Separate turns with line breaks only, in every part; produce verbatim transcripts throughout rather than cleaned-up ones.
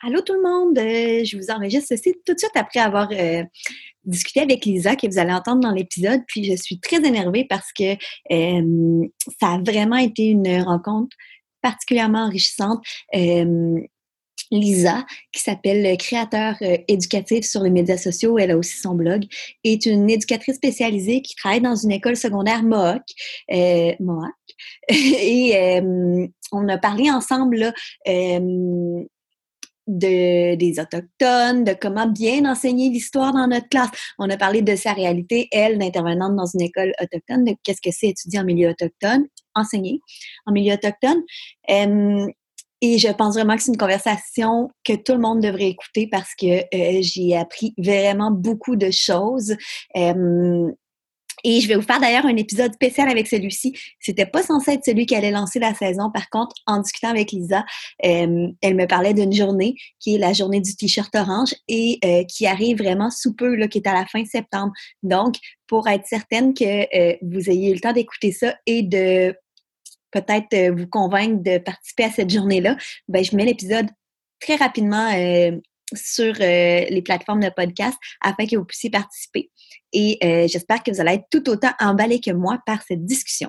Allô tout le monde, euh, je vous enregistre ceci tout de suite après avoir euh, discuté avec Lisa que vous allez entendre dans l'épisode. Puis je suis très énervée parce que euh, ça a vraiment été une rencontre particulièrement enrichissante. Euh, Lisa, qui s'appelle créateur euh, éducative sur les médias sociaux, elle a aussi son blog, est une éducatrice spécialisée qui travaille dans une école secondaire Mohawk. Euh, Mohawk. Et euh, on a parlé ensemble là, euh, de, des Autochtones, de comment bien enseigner l'histoire dans notre classe. On a parlé de sa réalité, elle, d'intervenante dans une école autochtone, de qu'est-ce que c'est étudier en milieu autochtone, enseigner en milieu autochtone. Euh, et je pense vraiment que c'est une conversation que tout le monde devrait écouter parce que euh, j'ai appris vraiment beaucoup de choses. Euh, Et je vais vous faire d'ailleurs un épisode spécial avec celui-ci. C'était pas censé être celui qui allait lancer la saison. Par contre, en discutant avec Lisa, euh, elle me parlait d'une journée qui est la journée du t-shirt orange et euh, qui arrive vraiment sous peu, là, qui est à la fin septembre. Donc, pour être certaine que euh, vous ayez eu le temps d'écouter ça et de peut-être euh, vous convaincre de participer à cette journée-là, ben je mets l'épisode très rapidement euh, sur euh, les plateformes de podcast afin que vous puissiez participer. Et euh, j'espère que vous allez être tout autant emballés que moi par cette discussion.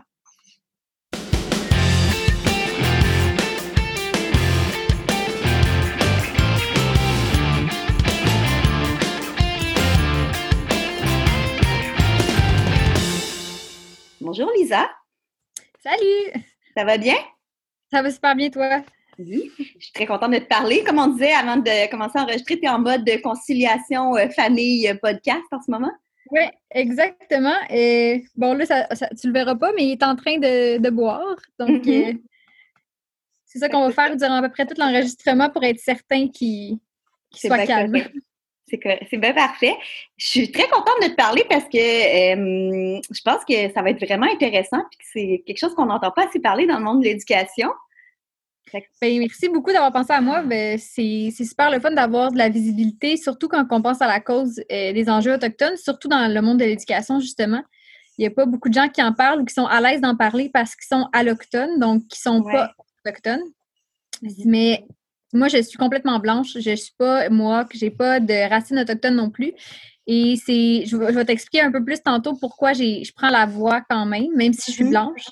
Bonjour Lisa.
Salut!
Ça va bien?
Ça va super bien, toi?
Oui, je suis très contente de te parler. Comme on disait avant de commencer à enregistrer, tu es en mode de conciliation euh, famille euh, podcast en ce moment?
Oui, exactement. Et bon, là, ça, ça, tu le verras pas, mais il est en train de, de boire. Donc, mm-hmm. euh, c'est ça qu'on va faire durant à peu près tout l'enregistrement pour être certain qu'il, qu'il soit calme.
Correct. C'est, c'est bien parfait. Je suis très contente de te parler parce que euh, je pense que ça va être vraiment intéressant et que c'est quelque chose qu'on n'entend pas assez parler dans le monde de l'éducation.
Ben, merci beaucoup d'avoir pensé à moi. Ben, c'est, c'est super le fun d'avoir de la visibilité, surtout quand on pense à la cause euh, des enjeux autochtones, surtout dans le monde de l'éducation, justement. Il n'y a pas beaucoup de gens qui en parlent ou qui sont à l'aise d'en parler parce qu'ils sont allochtones, donc qui ne sont ouais. pas autochtones. Mais moi, je suis complètement blanche. Je ne suis pas, moi, que j'ai pas de racines autochtones non plus. Et c'est, je vais, je vais t'expliquer un peu plus tantôt pourquoi j'ai, je prends la voix quand même, même si je suis blanche.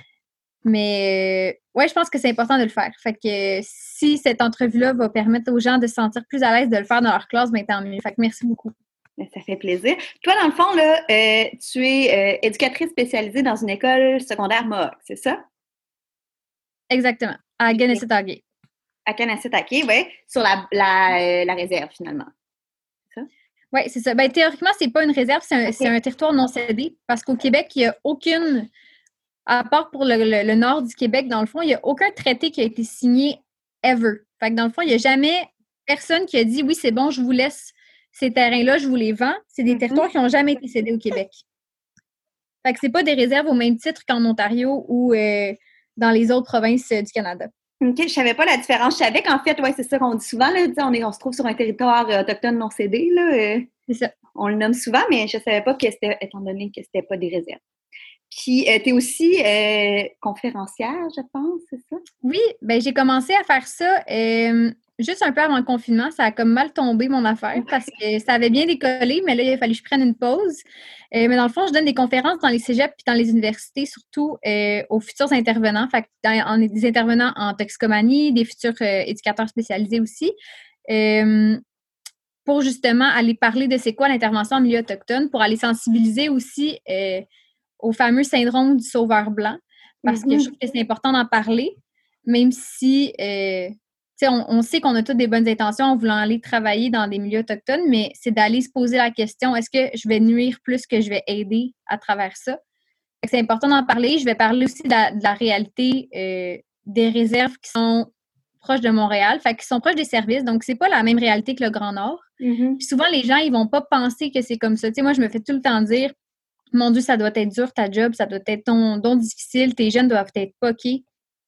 Mais euh, ouais, je pense que c'est important de le faire. Fait que si cette entrevue-là va permettre aux gens de se sentir plus à l'aise de le faire dans leur classe, bien tant mieux. Fait que merci beaucoup.
Ça fait plaisir. Toi, dans le fond, là, euh, tu es euh, éducatrice spécialisée dans une école secondaire Mohawk, c'est ça?
Exactement. À Kanesatake.
À Kanesatake, oui. Sur la, la, la réserve, finalement.
Oui, c'est ça. Ben, théoriquement, c'est pas une réserve, c'est un, okay. c'est un territoire non cédé parce qu'au Québec, il n'y a aucune, à part pour le, le, le nord du Québec, dans le fond, il n'y a aucun traité qui a été signé ever. Fait que dans le fond, il n'y a jamais personne qui a dit oui, c'est bon, je vous laisse ces terrains-là, je vous les vends. C'est des mm-hmm. territoires qui n'ont jamais été cédés au Québec. Fait que c'est pas des réserves au même titre qu'en Ontario ou euh, dans les autres provinces euh, du Canada.
OK, je savais pas la différence. Je savais qu'en fait, ouais, c'est ça qu'on dit souvent, là, on, est, on se trouve sur un territoire euh, autochtone non cédé, là. Euh,
c'est ça.
On le nomme souvent, mais je savais pas que c'était, étant donné que c'était pas des réserves. Puis, euh, tu es aussi euh, conférencière, je pense, c'est ça?
Oui, bien, j'ai commencé à faire ça euh, juste un peu avant le confinement. Ça a comme mal tombé, mon affaire, parce que ça avait bien décollé, mais là, il a fallu que je prenne une pause. Euh, mais dans le fond, je donne des conférences dans les cégeps puis dans les universités, surtout euh, aux futurs intervenants. Fait que dans, en, des intervenants en toxicomanie, des futurs euh, éducateurs spécialisés aussi. Euh, pour justement aller parler de c'est quoi l'intervention en milieu autochtone, pour aller sensibiliser aussi euh, au fameux syndrome du sauveur blanc, parce mm-hmm. que je trouve que c'est important d'en parler, même si, euh, tu sais, on, on sait qu'on a toutes des bonnes intentions en voulant aller travailler dans des milieux autochtones, mais c'est d'aller se poser la question, est-ce que je vais nuire plus que je vais aider à travers ça? C'est important d'en parler. Je vais parler aussi de la, de la réalité euh, des réserves qui sont proches de Montréal, fait qu'ils sont proches des services, donc c'est pas la même réalité que le Grand Nord. Mm-hmm. Puis souvent, les gens, ils vont pas penser que c'est comme ça. Tu sais, moi, je me fais tout le temps dire, mon Dieu, ça doit être dur, ta job, ça doit être ton don difficile, tes jeunes doivent être poqués.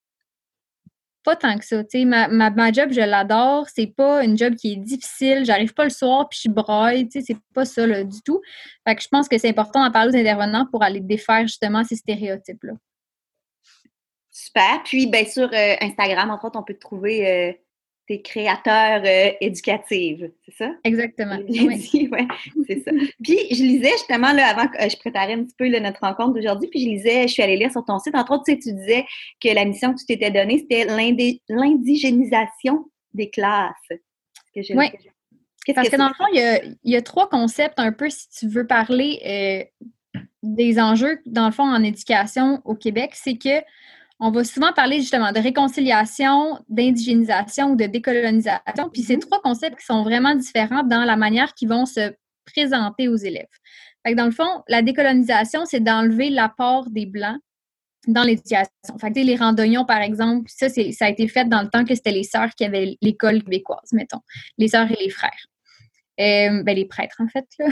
Pas tant que ça. Tu sais, ma, ma, ma job, je l'adore. C'est pas une job qui est difficile. J'arrive pas le soir puis je braille. Tu sais, c'est pas ça là, du tout. Fait que je pense que c'est important d'en parler aux intervenants pour aller défaire justement ces stéréotypes-là.
Super. Puis, bien sur euh, Instagram, entre autres, on peut te trouver. Euh, t'es créateur euh, éducative, c'est ça?
Exactement.
J'ai
Oui.
dit, ouais, c'est ça. Puis, je lisais justement, là, avant que euh, je préparais un petit peu là, notre rencontre d'aujourd'hui, puis je lisais, je suis allée lire sur ton site, entre autres, tu sais, tu disais que la mission que tu t'étais donnée, c'était l'indi- l'indigénisation des classes. Que je,
Oui.
Qu'est-ce
Parce
que
que
c'est?
dans le fond, il y a, il y a trois concepts un peu si tu veux parler euh, des enjeux, dans le fond, en éducation au Québec. C'est que on va souvent parler justement de réconciliation, d'indigénisation ou de décolonisation. Puis c'est
Mhm.
trois concepts qui sont vraiment différents dans la manière qu'ils vont se présenter aux élèves. Fait que dans le fond, la décolonisation, c'est d'enlever l'apport des Blancs dans l'éducation. Fait que les randonnions, par exemple, ça, c'est, ça a été fait dans le temps que c'était les sœurs qui avaient l'école québécoise, mettons. Les sœurs et les frères. Euh, ben, les prêtres, en fait, là.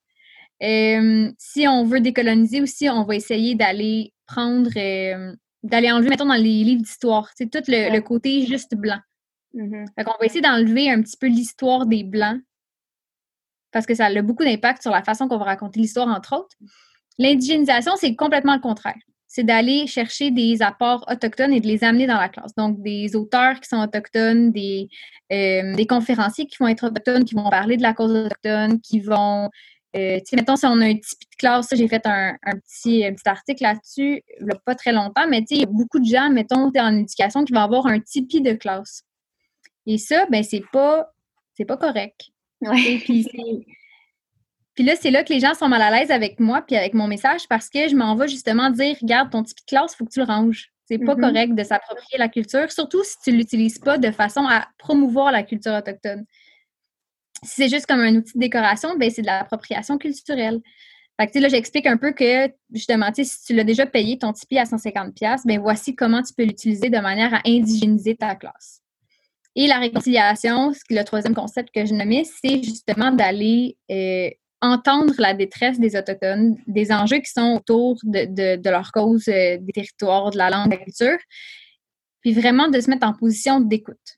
Euh, si on veut décoloniser aussi, on va essayer d'aller prendre, euh, d'aller enlever, mettons, dans les livres d'histoire, c'est tout le, le côté juste blanc.
Mm-hmm.
Fait qu'on va essayer d'enlever un petit peu l'histoire des Blancs parce que ça a beaucoup d'impact sur la façon qu'on va raconter l'histoire, entre autres. L'indigénisation, c'est complètement le contraire. C'est d'aller chercher des apports autochtones et de les amener dans la classe. Donc, des auteurs qui sont autochtones, des, euh, des conférenciers qui vont être autochtones, qui vont parler de la cause autochtone, qui vont... Euh, tu sais, mettons, si on a un tipi de classe, ça, j'ai fait un, un, petit, un petit article là-dessus, il n'y a pas très longtemps, mais tu sais, il y a beaucoup de gens, mettons, en éducation, qui vont avoir un tipi de classe. Et ça, ben c'est pas, c'est pas correct.
Ouais.
Puis c'est... Puis là, c'est là que les gens sont mal à l'aise avec moi puis avec mon message parce que je m'en vais justement dire, regarde, ton tipi de classe, il faut que tu le ranges. C'est pas
Mm-hmm.
correct de s'approprier la culture, surtout si tu l'utilises pas de façon à promouvoir la culture autochtone. Si c'est juste comme un outil de décoration, ben c'est de l'appropriation culturelle. Fait que, tu sais, là, j'explique un peu que, justement, tu sais, si tu l'as déjà payé ton tipi à cent cinquante dollars, ben voici comment tu peux l'utiliser de manière à indigéniser ta classe. Et la réconciliation, ce qui est le troisième concept que je nommais, c'est justement d'aller euh, entendre la détresse des Autochtones, des enjeux qui sont autour de, de, de leur cause, euh, des territoires, de la langue, de la culture, puis vraiment de se mettre en position d'écoute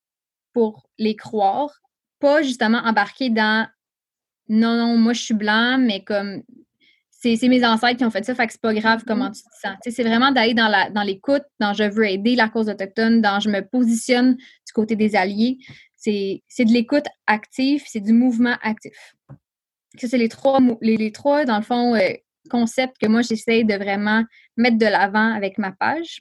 pour les croire, pas justement embarquer dans « non, non, moi je suis blanc, mais comme c'est, c'est mes ancêtres qui ont fait ça, fait que c'est pas grave comment tu te sens. » Tu sais, c'est vraiment d'aller dans, la, dans l'écoute, dans « je veux aider la cause autochtone », dans « je me positionne du côté des alliés ». C'est, c'est de l'écoute active, c'est du mouvement actif. Ça, c'est les trois, les, les trois dans le fond, euh, concepts que moi, j'essaie de vraiment mettre de l'avant avec ma page.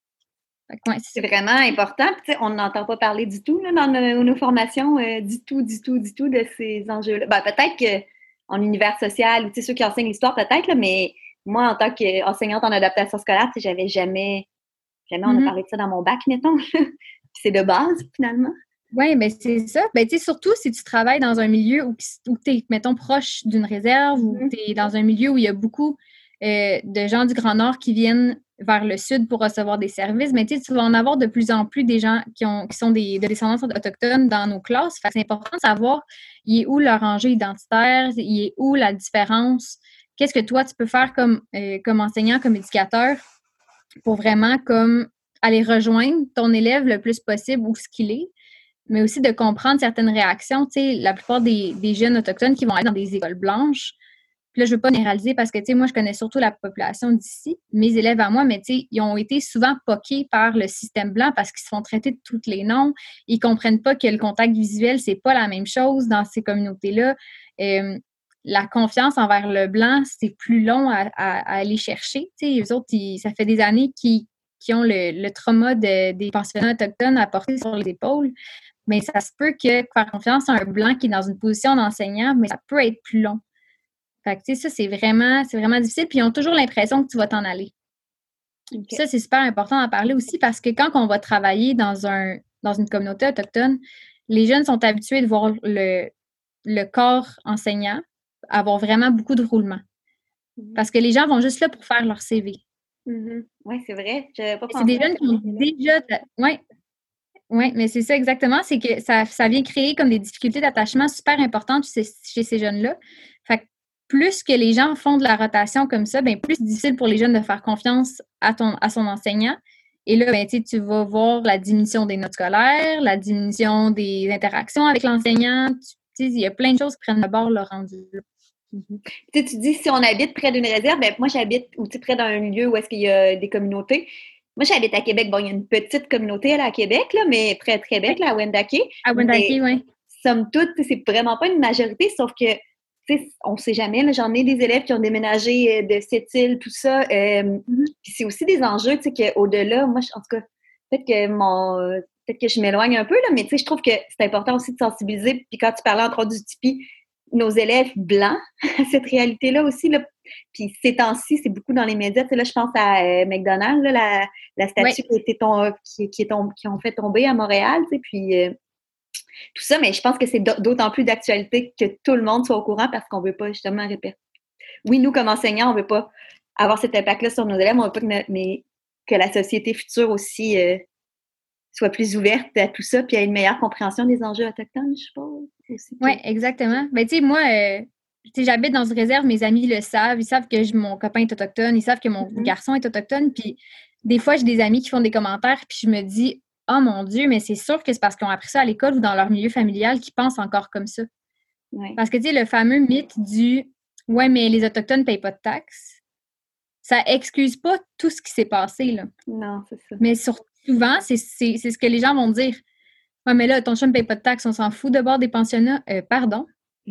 Fait que, ouais, c'est,
c'est vraiment important. Puis, on n'entend pas parler du tout là, dans nos, nos formations, euh, du tout, du tout, du tout de ces enjeux-là. Ben, peut-être qu'en univers social, ou ceux qui enseignent l'histoire, peut-être, là, mais moi, en tant qu'enseignante en adaptation scolaire, j'avais jamais, jamais mm-hmm. on a parlé de ça dans mon bac, mettons. C'est de base, finalement.
Oui, bien, c'est ça. Ben, tu sais, surtout si tu travailles dans un milieu où, où tu es, mettons, proche d'une réserve, mm-hmm. ou tu es dans un milieu où il y a beaucoup euh, de gens du Grand Nord qui viennent vers le sud pour recevoir des services, mais tu sais, tu vas en avoir de plus en plus des gens qui, ont, qui sont des, de descendance autochtone dans nos classes. Fait que c'est important de savoir il est où leur enjeu identitaire, il est où la différence, qu'est-ce que toi, tu peux faire comme, euh, comme enseignant, comme éducateur pour vraiment comme aller rejoindre ton élève le plus possible où ce qu'il est, mais aussi de comprendre certaines réactions. Tu sais, la plupart des, des jeunes autochtones qui vont aller dans des écoles blanches, puis là, je ne veux pas généraliser parce que, tu sais, moi, je connais surtout la population d'ici, mes élèves à moi, mais tu sais, ils ont été souvent poqués par le système blanc parce qu'ils se font traiter de tous les noms. Ils ne comprennent pas que le contact visuel, c'est pas la même chose dans ces communautés-là. Euh, la confiance envers le blanc, c'est plus long à, à, à aller chercher. Tu sais, eux autres, ils, ça fait des années qu'ils, qu'ils ont le, le trauma de, des pensionnats autochtones à porter sur les épaules. Mais ça se peut que faire confiance à un blanc qui est dans une position d'enseignant, mais ça peut être plus long. Fait que, tu sais, ça, c'est vraiment, c'est vraiment difficile. Puis, ils ont toujours l'impression que tu vas t'en aller. Okay. Ça, c'est super important d'en parler aussi parce que quand on va travailler dans, un, dans une communauté autochtone, les jeunes sont habitués de voir le, le corps enseignant avoir vraiment beaucoup de roulement. Mm-hmm. Parce que les gens vont juste là pour faire leur C V.
Mm-hmm. Oui, c'est vrai. J'avais pas
c'est des jeunes qui ont déjà... Oui, ouais, mais c'est ça exactement. C'est que ça, ça vient créer comme des difficultés d'attachement super importantes chez, chez ces jeunes-là. Fait que plus que les gens font de la rotation comme ça, bien, plus c'est difficile pour les jeunes de faire confiance à, ton, à son enseignant. Et là, ben, tu vas voir la diminution des notes scolaires, la diminution des interactions avec l'enseignant. Tu sais, il y a plein de choses qui prennent d'abord le rendu.
Mm-hmm. Tu dis, si on habite près d'une réserve, ben, moi, j'habite ou, près d'un lieu où est-ce qu'il y a des communautés. Moi, j'habite à Québec. Bon, il y a une petite communauté là, à Québec, là, mais très, très belle, là, à Wendake.
À Wendake, oui.
Somme toute, c'est vraiment pas une majorité, sauf que, tu sais, on sait jamais. Là, j'en ai des élèves qui ont déménagé de cette île, tout ça. Euh, mm-hmm. Puis c'est aussi des enjeux, tu sais, qu'au-delà, moi, en tout cas, peut-être que mon... Peut-être que je m'éloigne un peu, là, mais tu sais, je trouve que c'est important aussi de sensibiliser. Puis quand tu parlais entre autres du Tipeee, nos élèves blancs à cette réalité-là aussi, là. Puis ces temps-ci, c'est beaucoup dans les médias. Tu sais, là, je pense à euh, McDonald's, là, la, la statue oui. qui, était tom- qui, qui, est tom- qui ont fait tomber à Montréal, tu sais, puis euh, tout ça, mais je pense que c'est d'autant plus d'actualité que tout le monde soit au courant parce qu'on ne veut pas justement répéter. Oui, nous, comme enseignants, on ne veut pas avoir cet impact-là sur nos élèves, on ne veut pas que, notre, mais, que la société future aussi euh, soit plus ouverte à tout ça, puis à une meilleure compréhension des enjeux autochtones, je pense.
Oui, exactement. Ben, tu sais, moi, euh, j'habite dans une réserve, mes amis le savent, ils savent que je, mon copain est autochtone, ils savent que mon mm-hmm. garçon est autochtone, puis des fois, j'ai des amis qui font des commentaires, puis je me dis, oh mon Dieu, mais c'est sûr que c'est parce qu'ils ont appris ça à l'école ou dans leur milieu familial qu'ils pensent encore comme ça. Ouais. Parce que, tu sais, le fameux mythe du « ouais, mais les Autochtones ne payent pas de taxes », ça excuse pas tout ce qui s'est passé, là.
Non, c'est ça. Mais
sur, souvent, c'est, c'est, c'est ce que les gens vont dire. « Ouais, mais là, ton chum ne paye pas de taxes, on s'en fout de bord des pensionnats. Euh, » Pardon.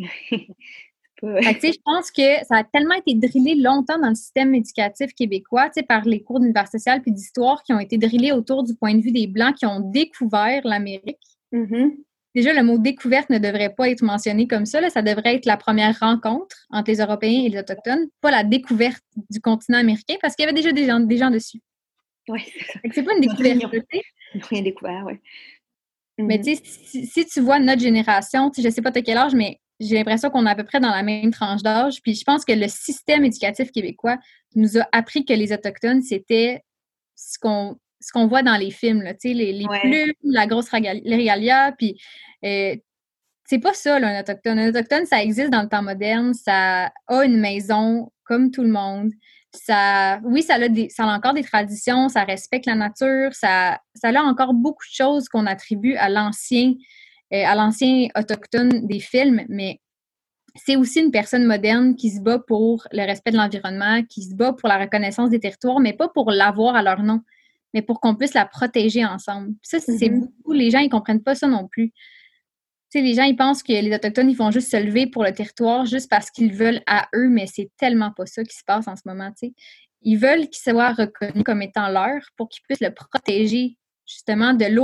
Fait que, tu sais, je pense que ça a tellement été drillé longtemps dans le système éducatif québécois, tu sais, par les cours d'univers social puis d'histoire qui ont été drillés autour du point de vue des Blancs qui ont découvert l'Amérique. Mm-hmm. Déjà, le mot « découverte » ne devrait pas être mentionné comme ça. Là. Ça devrait être la première rencontre entre les Européens et les Autochtones, pas la découverte du continent américain, parce qu'il y avait déjà des gens, des gens dessus.
Oui, c'est ça.
Fait que c'est pas une découverte.
Ils n'ont rien découvert, oui.
Mm-hmm. Mais tu sais, si, si tu vois notre génération, je ne sais pas de quel âge, mais j'ai l'impression qu'on est à peu près dans la même tranche d'âge. Puis je pense que le système éducatif québécois nous a appris que les Autochtones, c'était ce qu'on, ce qu'on voit dans les films, là, les, les ouais. plumes, la grosse régalia. Puis euh, c'est pas ça, là, un Autochtone. Un Autochtone, ça existe dans le temps moderne. Ça a une maison comme tout le monde. Ça, oui, ça a, des, ça a encore des traditions, ça respecte la nature. Ça, ça a encore beaucoup de choses qu'on attribue à l'ancien à l'ancien autochtone des films, mais c'est aussi une personne moderne qui se bat pour le respect de l'environnement, qui se bat pour la reconnaissance des territoires, mais pas pour l'avoir à leur nom, mais pour qu'on puisse la protéger ensemble. Ça, c'est mm-hmm. beaucoup, les gens, ils comprennent pas ça non plus. Tu sais, les gens, ils pensent que les Autochtones, ils font juste se lever pour le territoire juste parce qu'ils veulent à eux, mais c'est tellement pas ça qui se passe en ce moment, tu sais. Ils veulent qu'ils soient reconnus comme étant leur pour qu'ils puissent le protéger justement de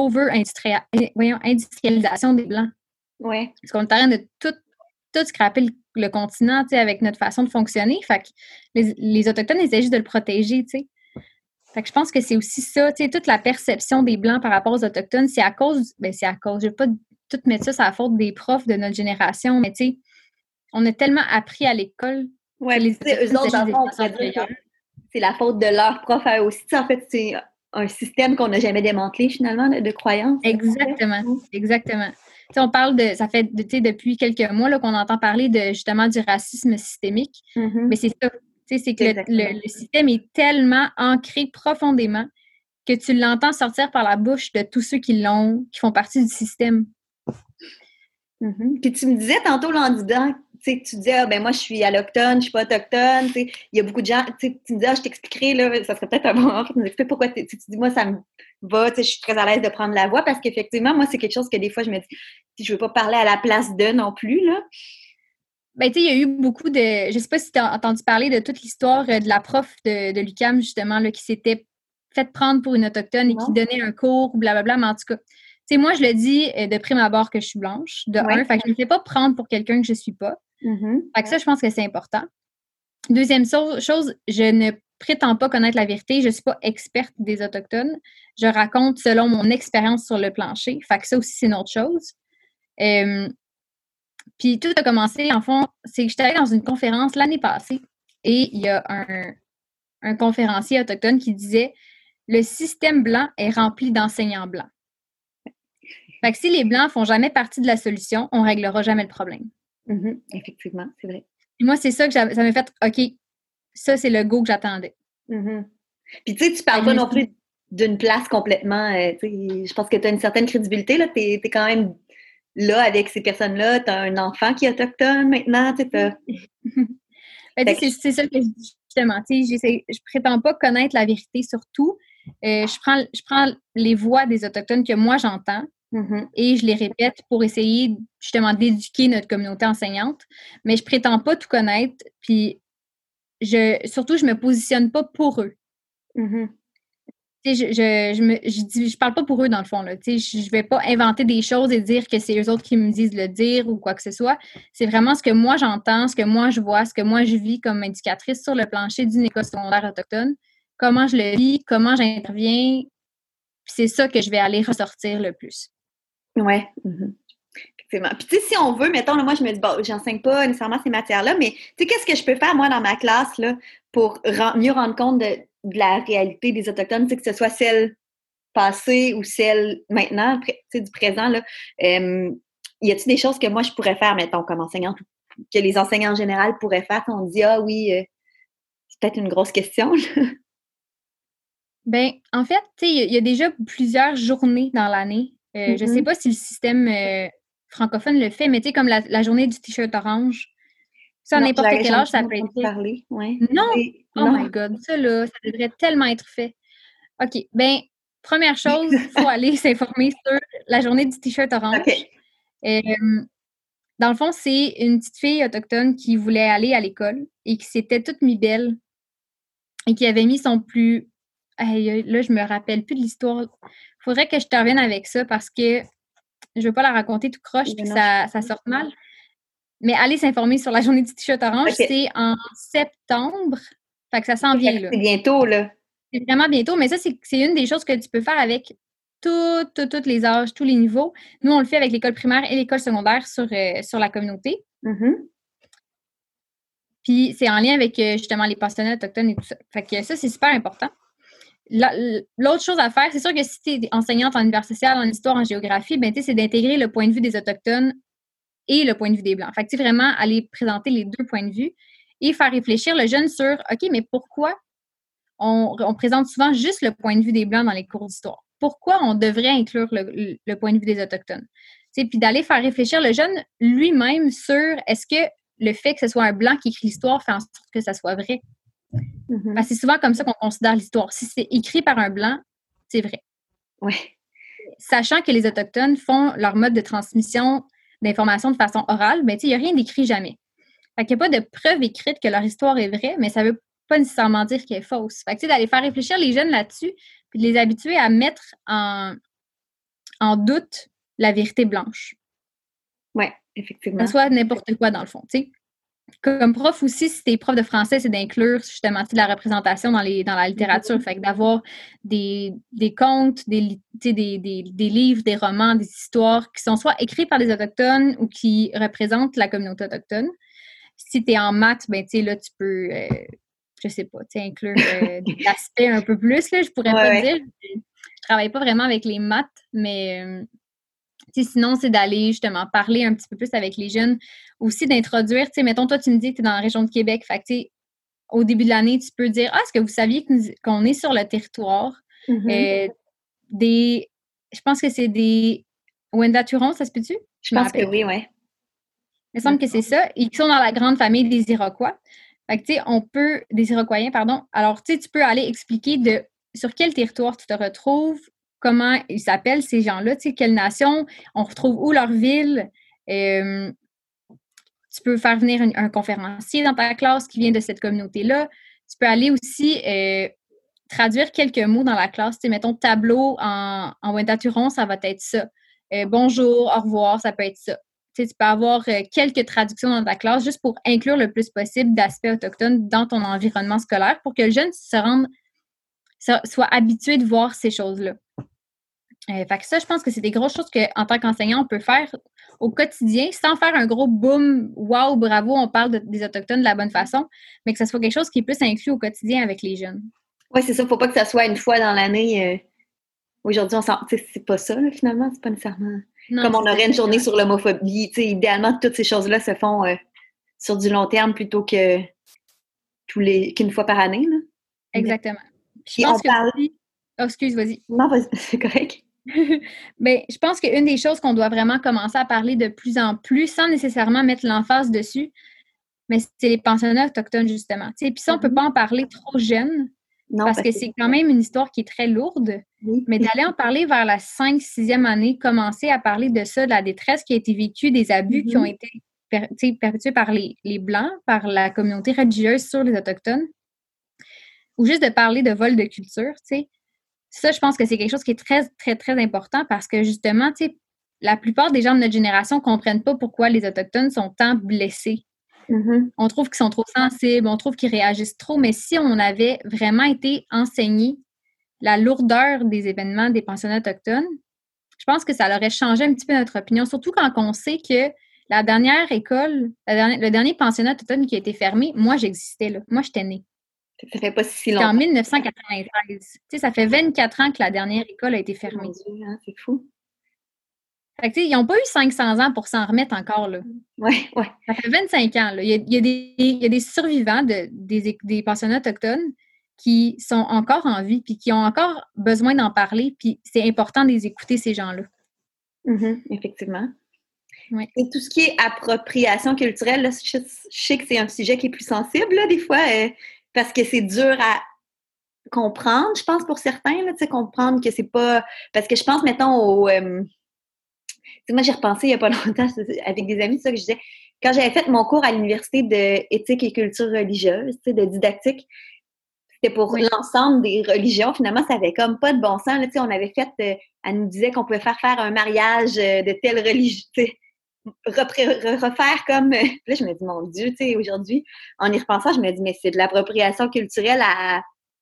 l'over-industrialisation des Blancs.
Oui.
Parce qu'on est en train de tout, tout scraper le, le continent, tu sais, avec notre façon de fonctionner. Fait que les, les Autochtones essaient juste de le protéger, tu sais. Fait que je pense que c'est aussi ça, tu sais, toute la perception des Blancs par rapport aux Autochtones, c'est à cause, ben c'est à cause, je ne vais pas tout mettre ça, c'est à la faute des profs de notre génération, mais tu sais, on a tellement appris à l'école.
Oui, les eux autres, dans le fond, on pourrait dire que c'est la faute de leurs profs à eux aussi. En fait, c'est un système qu'on n'a jamais démantelé, finalement, de, de croyances.
Exactement, exactement. T'sais, on parle de, ça fait de, depuis quelques mois là, qu'on entend parler de justement du racisme systémique, mm-hmm. mais c'est ça, c'est que le, le, le système est tellement ancré profondément que tu l'entends sortir par la bouche de tous ceux qui l'ont, qui font partie du système.
Mm-hmm. Puis tu me disais tantôt, là, en disant, tu sais, tu disais, ah, ben moi, je suis allochtone, je suis pas autochtone, tu sais, il y a beaucoup de gens, tu sais, tu me disais, ah, je t'expliquerai, là, ça serait peut-être un bon moment pour nous expliquer pourquoi tu dis, moi, ça me va, tu sais, je suis très à l'aise de prendre la voix, parce qu'effectivement, moi, c'est quelque chose que des fois, je me dis, si je veux pas parler à la place d'eux non plus, là.
Ben, tu sais, il y a eu beaucoup de, je sais pas si tu as entendu parler de toute l'histoire de la prof de, de l'U Q A M, justement, là, qui s'était faite prendre pour une autochtone et non. qui donnait un cours, blablabla, mais en tout cas, tu sais, moi, je le dis de prime abord que je suis blanche, de ouais. un, fait que je ne me fais pas prendre pour quelqu'un que je suis pas. Mm-hmm. Fait que ça, je pense que c'est important. Deuxième so- chose, je ne prétends pas connaître la vérité. Je ne suis pas experte des Autochtones. Je raconte selon mon expérience sur le plancher. Fait que ça aussi, c'est une autre chose. Euh, Puis tout a commencé, en fond, c'est que j'étais allée dans une conférence l'année passée et il y a un, un conférencier autochtone qui disait « Le système blanc est rempli d'enseignants blancs. » Fait que si les Blancs font jamais partie de la solution, on ne réglera jamais le problème.
Mm-hmm. Effectivement, c'est vrai.
Et moi, c'est ça que ça m'a fait, OK, ça, c'est le go que j'attendais.
Mm-hmm. Puis, tu sais, tu parles pas non plus d'une place complètement, euh, tu sais, je pense que tu as une certaine crédibilité, là, tu es quand même là avec ces personnes-là, tu as un enfant qui est autochtone maintenant, tu sais, t'as...
ben, c'est, c'est ça que je dis justement, tu sais, je prétends pas connaître la vérité sur tout, euh, je prends, je prends les voix des Autochtones que moi j'entends mm-hmm. et je les répète pour essayer justement d'éduquer notre communauté enseignante. Mais je prétends pas tout connaître, puis je, surtout, je me positionne pas pour eux. Mm-hmm. Je, je, je, me, je, dis, je parle pas pour eux, dans le fond. Là. Je, je vais pas inventer des choses et dire que c'est eux autres qui me disent de le dire ou quoi que ce soit. C'est vraiment ce que moi j'entends, ce que moi je vois, ce que moi je vis comme éducatrice sur le plancher d'une école secondaire autochtone. Comment je le vis, comment j'interviens. Puis c'est ça que je vais aller ressortir le plus.
Oui. Mm-hmm. Effectivement. Puis tu sais, si on veut, mettons, là, moi je me dis, bon, j'enseigne pas nécessairement ces matières-là, mais tu sais, qu'est-ce que je peux faire, moi, dans ma classe, là, pour rend, mieux rendre compte de, de la réalité des Autochtones, tu sais, que ce soit celle passée ou celle maintenant, tu sais, du présent, là. Euh, y a-t-il des choses que moi je pourrais faire, mettons, comme enseignante, que les enseignants en général pourraient faire quand on dit, ah oui, euh, c'est peut-être une grosse question, là.
Ben, en fait, tu sais, il y, y a déjà plusieurs journées dans l'année. Euh, mm-hmm. Je sais pas si le système euh, francophone le fait, mais tu sais, comme la, la journée du t-shirt orange. Ça, à n'importe quel âge, ça peut être fait.
Parler. Ouais.
Non!
Et,
oh
non.
my God! Ça, là, ça devrait tellement être fait. OK. Ben, première chose, il faut aller s'informer sur la journée du t-shirt orange.
Okay.
Euh, dans le fond, c'est une petite fille autochtone qui voulait aller à l'école et qui s'était toute mis belle et qui avait mis son plus... Hey, là, je me rappelle plus de l'histoire. Il faudrait que je te revienne avec ça parce que je veux pas la raconter tout croche puis que ça, ça sorte mal. Mais aller s'informer sur la journée du t-shirt orange, okay. C'est en septembre. Fait que ça s'en vient, là.
C'est bientôt, là.
C'est vraiment bientôt, mais ça, c'est, c'est une des choses que tu peux faire avec tous tout, tout les âges, tous les niveaux. Nous, on le fait avec l'école primaire et l'école secondaire sur, euh, sur la communauté.
Mm-hmm.
Puis, c'est en lien avec, euh, justement, les pensionnats autochtones et tout ça. Fait que ça, c'est super important. La, l'autre chose à faire, c'est sûr que si tu es enseignante en univers social, en histoire, en géographie, ben, c'est d'intégrer le point de vue des Autochtones et le point de vue des Blancs. Fait que, vraiment, aller présenter les deux points de vue et faire réfléchir le jeune sur, OK, mais pourquoi on, on présente souvent juste le point de vue des Blancs dans les cours d'histoire? Pourquoi on devrait inclure le, le, le point de vue des Autochtones? T'sais, puis d'aller faire réfléchir le jeune lui-même sur est-ce que le fait que ce soit un Blanc qui écrit l'histoire fait en sorte que ça soit vrai? Mm-hmm. Parce que c'est souvent comme ça qu'on considère l'histoire. Si c'est écrit par un Blanc, c'est vrai.
Oui.
Sachant que les Autochtones font leur mode de transmission d'informations de façon orale, ben, il n'y a rien d'écrit jamais. Fait qu'il n'y a pas de preuve écrite que leur histoire est vraie, mais ça ne veut pas nécessairement dire qu'elle est fausse. Fait que d'aller faire réfléchir les jeunes là-dessus, puis de les habituer à mettre en, en doute la vérité blanche.
Oui, effectivement.
Ça soit n'importe quoi, dans le fond, tu sais. Comme prof aussi, si t'es prof de français, c'est d'inclure justement de la représentation dans, les, dans la littérature. Mm-hmm. Fait que d'avoir des, des contes, des, des, des, des livres, des romans, des histoires qui sont soit écrits par des Autochtones ou qui représentent la communauté autochtone. Si t'es en maths, ben tu sais, là, tu peux, euh, je sais pas, tu sais, inclure euh, l'aspect un peu plus, là, je pourrais ouais, pas ouais. dire. Je, je travaille pas vraiment avec les maths, mais... Euh, sinon, c'est d'aller justement parler un petit peu plus avec les jeunes. Aussi d'introduire, tu sais, mettons, toi, tu me dis que tu es dans la région de Québec. Fait que, tu sais, au début de l'année, tu peux dire, ah, est-ce que vous saviez que nous, qu'on est sur le territoire mm-hmm. euh, des, je pense que c'est des Wendat-Hurons, ça se peut-tu?
Je, je pense que oui, oui.
Il me semble que c'est ça. Ils sont dans la grande famille des Iroquois. Fait que, tu sais, on peut, des Iroquoiens, pardon. Alors, tu sais, tu peux aller expliquer de sur quel territoire tu te retrouves, comment ils s'appellent, ces gens-là, tu sais, quelle nation, on retrouve où leur ville. Euh, tu peux faire venir un, un conférencier dans ta classe qui vient de cette communauté-là. Tu peux aller aussi euh, traduire quelques mots dans la classe. Tu sais, mettons, tableau en, en Wendat-Huron, ça va être ça. Euh, bonjour, au revoir, ça peut être ça. Tu sais, tu peux avoir euh, quelques traductions dans ta classe juste pour inclure le plus possible d'aspects autochtones dans ton environnement scolaire pour que le jeune se rende, soit habitué de voir ces choses-là. Euh, fait que ça, je pense que c'est des grosses choses qu'en tant qu'enseignant, on peut faire au quotidien sans faire un gros boom, wow, bravo, on parle de, des Autochtones de la bonne façon, mais que ça soit quelque chose qui est plus inclus au quotidien avec les jeunes.
Oui, c'est ça. Il ne faut pas que ça soit une fois dans l'année. Euh, aujourd'hui, on s'en... c'est pas ça, là, finalement. C'est pas nécessairement... Non, comme on aurait une journée sur l'homophobie. Idéalement, toutes ces choses-là se font euh, sur du long terme plutôt que tous les... qu'une fois par année. Là.
Exactement. Je pense on que... parle... Oh, excuse, vas-y.
Non, vas-y, c'est correct.
Bien, je pense qu'une des choses qu'on doit vraiment commencer à parler de plus en plus, sans nécessairement mettre l'emphase dessus, mais c'est les pensionnats autochtones, justement. Puis ça, on ne peut pas en parler trop jeune,
Non,
parce que c'est quand même une histoire qui est très lourde,
oui.
mais d'aller en parler vers la cinq sixième année, commencer à parler de ça, de la détresse qui a été vécue, des abus
Mm-hmm.
qui ont été per, perpétués par les, les Blancs, par la communauté religieuse sur les Autochtones, ou juste de parler de vol de culture, tu sais. Ça, je pense que c'est quelque chose qui est très, très, très important parce que justement, tu sais, la plupart des gens de notre génération ne comprennent pas pourquoi les Autochtones sont tant blessés.
Mm-hmm.
On trouve qu'ils sont trop sensibles, on trouve qu'ils réagissent trop, mais si on avait vraiment été enseigné la lourdeur des événements des pensionnats autochtones, je pense que ça aurait changé un petit peu notre opinion, surtout quand on sait que la dernière école, la dernière, le dernier pensionnat autochtone qui a été fermé, moi, j'existais là. Moi, j'étais née.
Ça fait pas si
C'était
longtemps.
en mille neuf cent quatre-vingt-treize. Tu sais, ça fait vingt-quatre ans que la dernière école a été fermée.
Mon Dieu, hein, c'est fou.
Fait que, tu sais, ils n'ont pas eu cinq cents ans pour s'en remettre encore, là.
Ouais, ouais.
Ça fait vingt-cinq ans, là. Il y a, il y a, des, il y a des survivants de, des, des pensionnats autochtones qui sont encore en vie puis qui ont encore besoin d'en parler, puis c'est important de les écouter, ces gens-là.
Mm-hmm, effectivement.
Ouais.
Et tout ce qui est appropriation culturelle, là, je, je sais que c'est un sujet qui est plus sensible, là, des fois, euh, parce que c'est dur à comprendre, je pense, pour certains, là, tu sais, comprendre que c'est pas... Parce que je pense, mettons, au... Euh... moi, j'ai repensé il y a pas longtemps avec des amis, ça que je disais, quand j'avais fait mon cours à l'université d'éthique et culture religieuse, tu sais, de didactique, c'était pour oui. l'ensemble des religions. Finalement, ça avait comme pas de bon sens. Là, tu sais, on avait fait... Euh, elle nous disait qu'on pouvait faire faire un mariage de telle religion, tu sais, refaire comme... Là, je me dis, mon Dieu, tu sais, aujourd'hui, en y repensant, je me dis, mais c'est de l'appropriation culturelle à,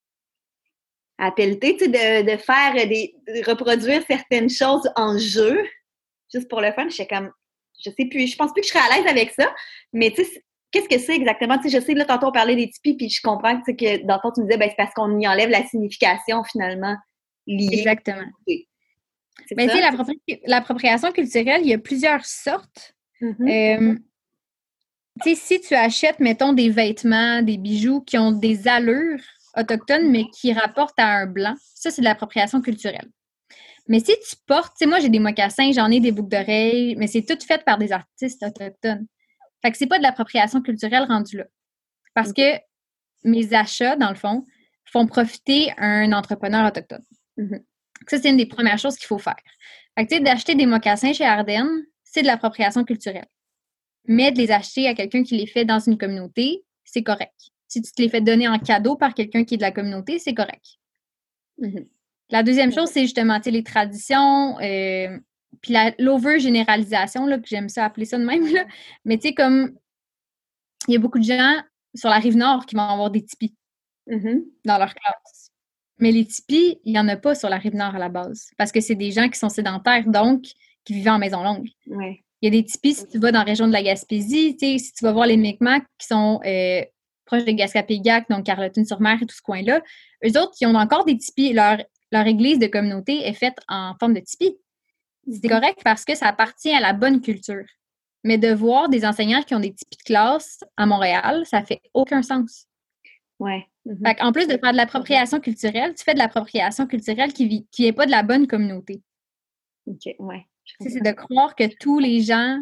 à pelleter, tu sais, de, de faire des... de reproduire certaines choses en jeu, juste pour le fun. J'étais comme... Je sais plus, je pense plus que je serais à l'aise avec ça, mais tu sais, qu'est-ce que c'est exactement? Tu sais, je sais, là, tantôt, on parlait des tipis, puis je comprends que, que dans le fond, tu me disais, ben, c'est parce qu'on y enlève la signification, finalement, liée.
Exactement.
C'est
mais tu sais, l'appropri- l'appropriation culturelle, il y a plusieurs sortes. Mm-hmm. Euh, tu sais, si tu achètes, mettons, des vêtements, des bijoux qui ont des allures autochtones, mais qui rapportent à un blanc, ça, c'est de l'appropriation culturelle. Mais si tu portes, tu sais, moi, j'ai des mocassins, j'en ai des boucles d'oreilles, mais c'est tout fait par des artistes autochtones. Fait que c'est pas de l'appropriation culturelle rendue là. Parce que mes achats, dans le fond, font profiter un entrepreneur autochtone. Mm-hmm. Ça, c'est une des premières choses qu'il faut faire. Fait que, tu sais, d'acheter des mocassins chez Ardennes, c'est de l'appropriation culturelle. Mais de les acheter à quelqu'un qui les fait dans une communauté, c'est correct. Si tu te les fais donner en cadeau par quelqu'un qui est de la communauté, c'est correct. Mm-hmm. La deuxième chose, c'est justement, tu sais, les traditions, euh, puis l'over-généralisation, là, que j'aime ça appeler ça de même, là. Mais tu sais, comme, il y a beaucoup de gens sur la Rive-Nord qui vont avoir des tipis mm-hmm. dans leur classe. Mais les tipis, il n'y en a pas sur la Rive-Nord à la base, parce que c'est des gens qui sont sédentaires, donc qui vivent en maison longue.
Ouais.
Il y a des tipis, si tu vas dans la région de la Gaspésie, tu sais, si tu vas voir les Micmacs qui sont euh, proches de Gascapégac, donc Carleton-sur-Mer et tout ce coin-là, eux autres, ils ont encore des tipis. Leur Leur église de communauté est faite en forme de tipi. C'est correct parce que ça appartient à la bonne culture. Mais de voir des enseignants qui ont des tipis de classe à Montréal, ça fait aucun sens.
Ouais. Mm-hmm.
Fait en plus de faire de l'appropriation culturelle, tu fais de l'appropriation culturelle qui vit, qui n'est pas de la bonne communauté.
OK, ouais.
C'est de croire que tous les gens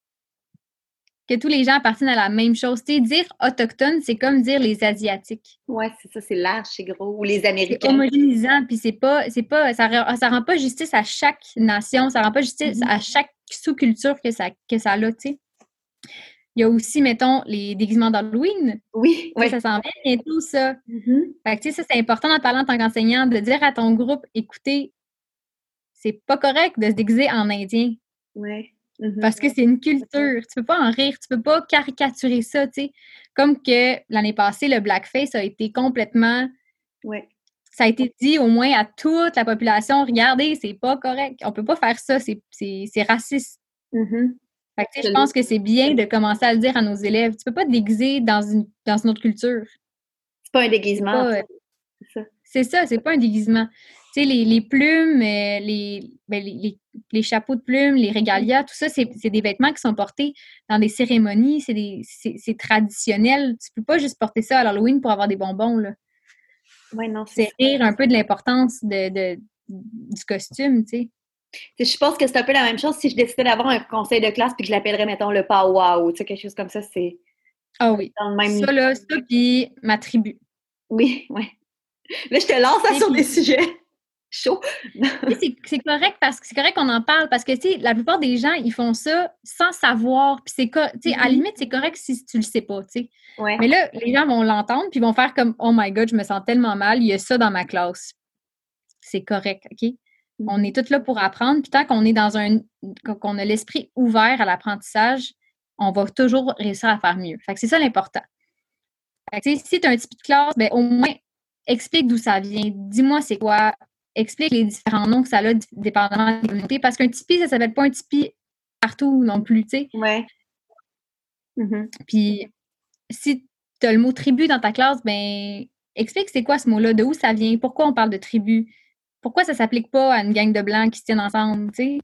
que tous les gens appartiennent à la même chose. Tu sais, dire autochtone, c'est comme dire les Asiatiques.
Oui, c'est ça, c'est large, c'est gros. Ou les Américains.
C'est homogénéisant, puis c'est pas, c'est pas, ça, ça rend pas justice à chaque nation, ça rend pas justice mm-hmm. à chaque sous-culture que ça, que ça a, tu sais. Il y a aussi, mettons, les déguisements d'Halloween.
Oui, oui.
Ça s'en vient bientôt, ça.
Mm-hmm.
Fait que, tu sais, ça, c'est important d'en parler en tant qu'enseignant, de dire à ton groupe, écoutez, c'est pas correct de se déguiser en indien.
Oui.
Mm-hmm. Parce que c'est une culture. Tu peux pas en rire, tu peux pas caricaturer ça, tu sais. Comme que l'année passée, le blackface a été complètement...
Ouais.
Ça a été dit au moins à toute la population, regardez, c'est pas correct. On peut pas faire ça, c'est, c'est, c'est raciste.
Mm-hmm.
Fait que, je pense que c'est bien de commencer à le dire à nos élèves. Tu peux pas te déguiser dans une, dans une autre culture.
C'est pas un déguisement.
C'est, pas, c'est ça. C'est ça, c'est pas un déguisement. Tu sais, les, les plumes, euh, les, ben, les, les, les chapeaux de plumes, les régalias, tout ça, c'est, c'est des vêtements qui sont portés dans des cérémonies, c'est, des, c'est, c'est traditionnel. Tu peux pas juste porter ça à l'Halloween pour avoir des bonbons, là.
Ouais, non, c'est,
c'est rire un peu de l'importance de, de, du costume, tu sais.
Je pense que c'est un peu la même chose si je décidais d'avoir un conseil de classe puis que je l'appellerais, mettons, le powwow, tu sais, quelque chose comme ça, c'est...
Ah oui,
dans le même
ça, là, ça, puis ma tribu.
Oui, oui. Là, je te lance ça sur des sujets chauds.
c'est, c'est correct parce que c'est correct qu'on en parle parce que, tu sais, la plupart des gens, ils font ça sans savoir. Puis c'est, tu sais, mm-hmm. à la limite, c'est correct si tu le sais pas, tu sais.
Ouais.
Mais là, les gens vont l'entendre puis vont faire comme « Oh my God, je me sens tellement mal, il y a ça dans ma classe. » C'est correct, OK? Mm-hmm. On est tous là pour apprendre. Puis tant qu'on est dans un... qu'on a l'esprit ouvert à l'apprentissage, on va toujours réussir à faire mieux. Fait que c'est ça l'important. Fait que, si tu as un type de classe, ben, au moins, explique d'où ça vient. Dis-moi c'est quoi. Explique les différents noms que ça a dépendamment des communautés. Parce qu'un Tipeee, ça ne s'appelle pas un Tipeee partout non plus, tu sais.
Ouais. Mm-hmm.
Puis, si tu as le mot tribu dans ta classe, ben explique c'est quoi ce mot-là, de où ça vient, pourquoi on parle de tribu, pourquoi ça ne s'applique pas à une gang de blancs qui se tiennent ensemble, tu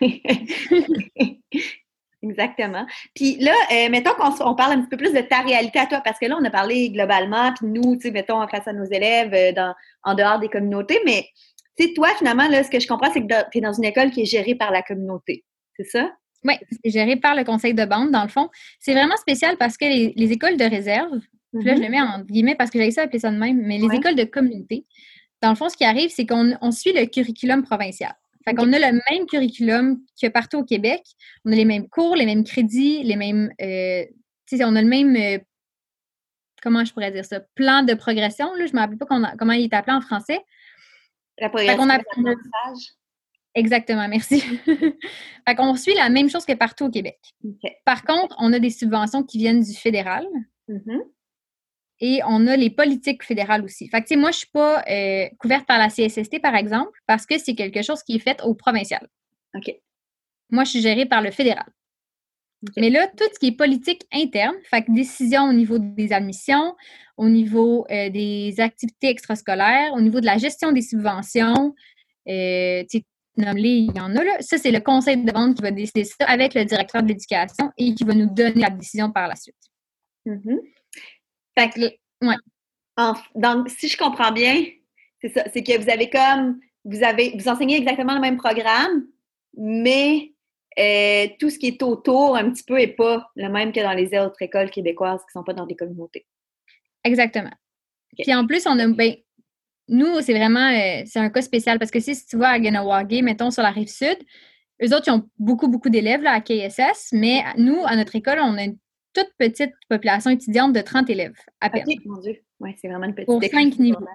sais.
Exactement. Puis là, euh, mettons qu'on on parle un petit peu plus de ta réalité à toi, parce que là, on a parlé globalement, puis nous, tu sais, mettons, face à nos élèves, euh, dans, en dehors des communautés, mais tu sais, toi, finalement, là, ce que je comprends, c'est que tu es dans une école qui est gérée par la communauté. C'est ça?
Oui, c'est géré par le conseil de bande, dans le fond. C'est vraiment spécial parce que les, les écoles de réserve, mm-hmm. puis là, je le mets en guillemets parce que j'ai ça appeler ça de même, mais les ouais. écoles de communauté, dans le fond, ce qui arrive, c'est qu'on on suit le curriculum provincial. Fait qu'on okay. a le même curriculum que partout au Québec. On a les mêmes cours, les mêmes crédits, les mêmes... Euh, tu sais, on a le même... Euh, comment je pourrais dire ça? Plan de progression, là. Je ne me rappelle pas a, comment il est appelé en français.
La progression de l'apprentissage.
Exactement, merci. Fait qu'on suit la même chose que partout au Québec.
Okay.
Par contre, on a des subventions qui viennent du fédéral.
Mm-hmm.
Et on a les politiques fédérales aussi. Fait que, tu sais, moi, je ne suis pas euh, couverte par la C S S T, par exemple, parce que c'est quelque chose qui est fait au provincial.
OK.
Moi, je suis gérée par le fédéral. Okay. Mais là, tout ce qui est politique interne, fait que décision au niveau des admissions, au niveau euh, des activités extrascolaires, au niveau de la gestion des subventions, euh, tu sais, nomme-les, il y en a là. Ça, c'est le conseil de bande qui va décider ça avec le directeur de l'éducation et qui va nous donner la décision par la suite.
Mm-hmm. Fait que,
ouais.
en, donc, si je comprends bien, c'est ça, c'est que vous avez comme, vous avez, vous enseignez exactement le même programme, mais euh, tout ce qui est autour, un petit peu, n'est pas le même que dans les autres écoles québécoises qui ne sont pas dans des communautés.
Exactement. Okay. Puis en plus, on a, ben, nous, c'est vraiment, euh, c'est un cas spécial parce que si, si tu vas à Ganawagé, mettons sur la Rive-Sud, eux autres, ils ont beaucoup, beaucoup d'élèves là, à K S S, mais nous, à notre école, on a une toute petite population étudiante de trente élèves à peine.
OK, mon Dieu. Oui, c'est vraiment une petite
pour cinq niveaux.